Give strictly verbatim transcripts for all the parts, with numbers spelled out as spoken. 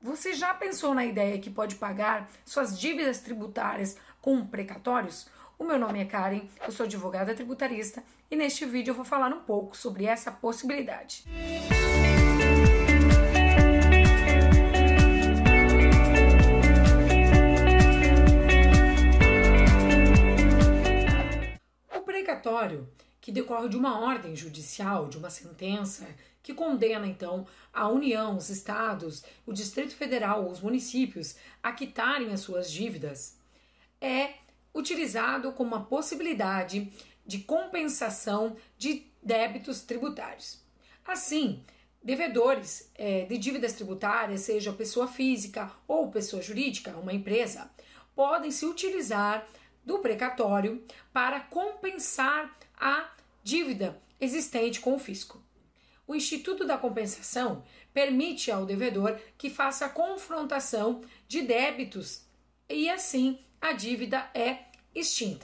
Você já pensou na ideia que pode pagar suas dívidas tributárias com precatórios? O meu nome é Karen, eu sou advogada tributarista e neste vídeo eu vou falar um pouco sobre essa possibilidade. O precatório, que decorre de uma ordem judicial, de uma sentença, que condena, então, a União, os estados, o Distrito Federal ou os municípios a quitarem as suas dívidas, é utilizado como uma possibilidade de compensação de débitos tributários. Assim, devedores é, de dívidas tributárias, seja pessoa física ou pessoa jurídica, uma empresa, podem se utilizar do precatório para compensar a dívida existente com o fisco. O Instituto da Compensação permite ao devedor que faça a confrontação de débitos e assim a dívida é extinta.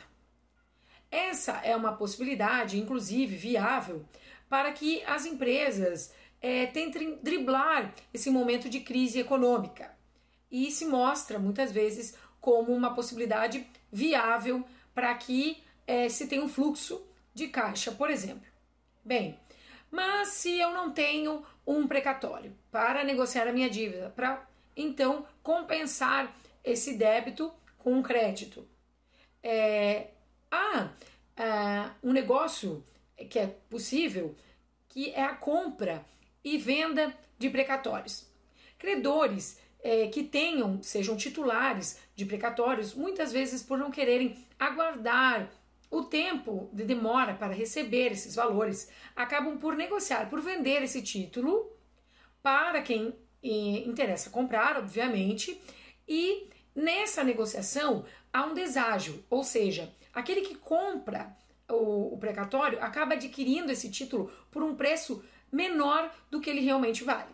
Essa é uma possibilidade, inclusive viável, para que as empresas é, tentem driblar esse momento de crise econômica e se mostra muitas vezes como uma possibilidade viável para que é, se tenha um fluxo de caixa, por exemplo. Bem, mas se eu não tenho um precatório para negociar a minha dívida, para então compensar esse débito com um crédito, é, há é, um negócio que é possível, que é a compra e venda de precatórios. Credores é, que tenham, sejam titulares de precatórios, muitas vezes por não quererem aguardar o tempo de demora para receber esses valores, acabam por negociar, por vender esse título para quem eh, interessa comprar, obviamente, e nessa negociação há um deságio, ou seja, aquele que compra o, o precatório acaba adquirindo esse título por um preço menor do que ele realmente vale.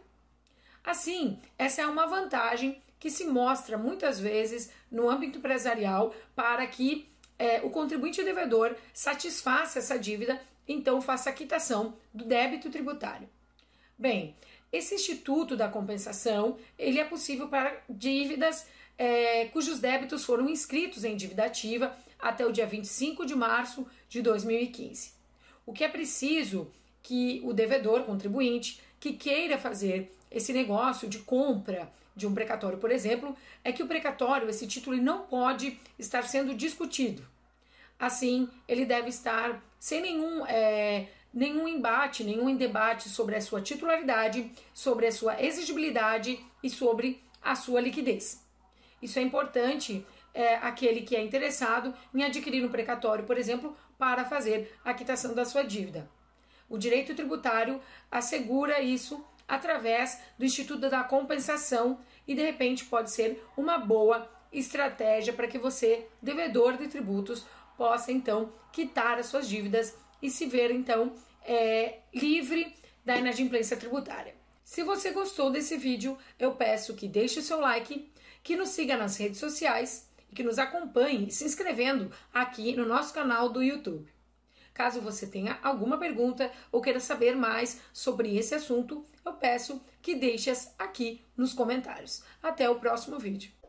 Assim, essa é uma vantagem que se mostra muitas vezes no âmbito empresarial para que É, o contribuinte devedor satisfaça essa dívida, então faça a quitação do débito tributário. Bem, esse Instituto da Compensação, ele é possível para dívidas é, cujos débitos foram inscritos em dívida ativa até o dia vinte e cinco de março de dois mil e quinze. O que é preciso que o devedor, contribuinte, que queira fazer esse negócio de compra de um precatório, por exemplo, é que o precatório, esse título, não pode estar sendo discutido. Assim, ele deve estar sem nenhum, é, nenhum embate, nenhum debate sobre a sua titularidade, sobre a sua exigibilidade e sobre a sua liquidez. Isso é importante, é, aquele que é interessado em adquirir um precatório, por exemplo, para fazer a quitação da sua dívida. O direito tributário assegura isso através do Instituto da Compensação e, de repente, pode ser uma boa estratégia para que você, devedor de tributos, possa, então, quitar as suas dívidas e se ver, então, é, livre da inadimplência tributária. Se você gostou desse vídeo, eu peço que deixe o seu like, que nos siga nas redes sociais e que nos acompanhe se inscrevendo aqui no nosso canal do YouTube. Caso você tenha alguma pergunta ou queira saber mais sobre esse assunto, eu peço que deixe-as aqui nos comentários. Até o próximo vídeo.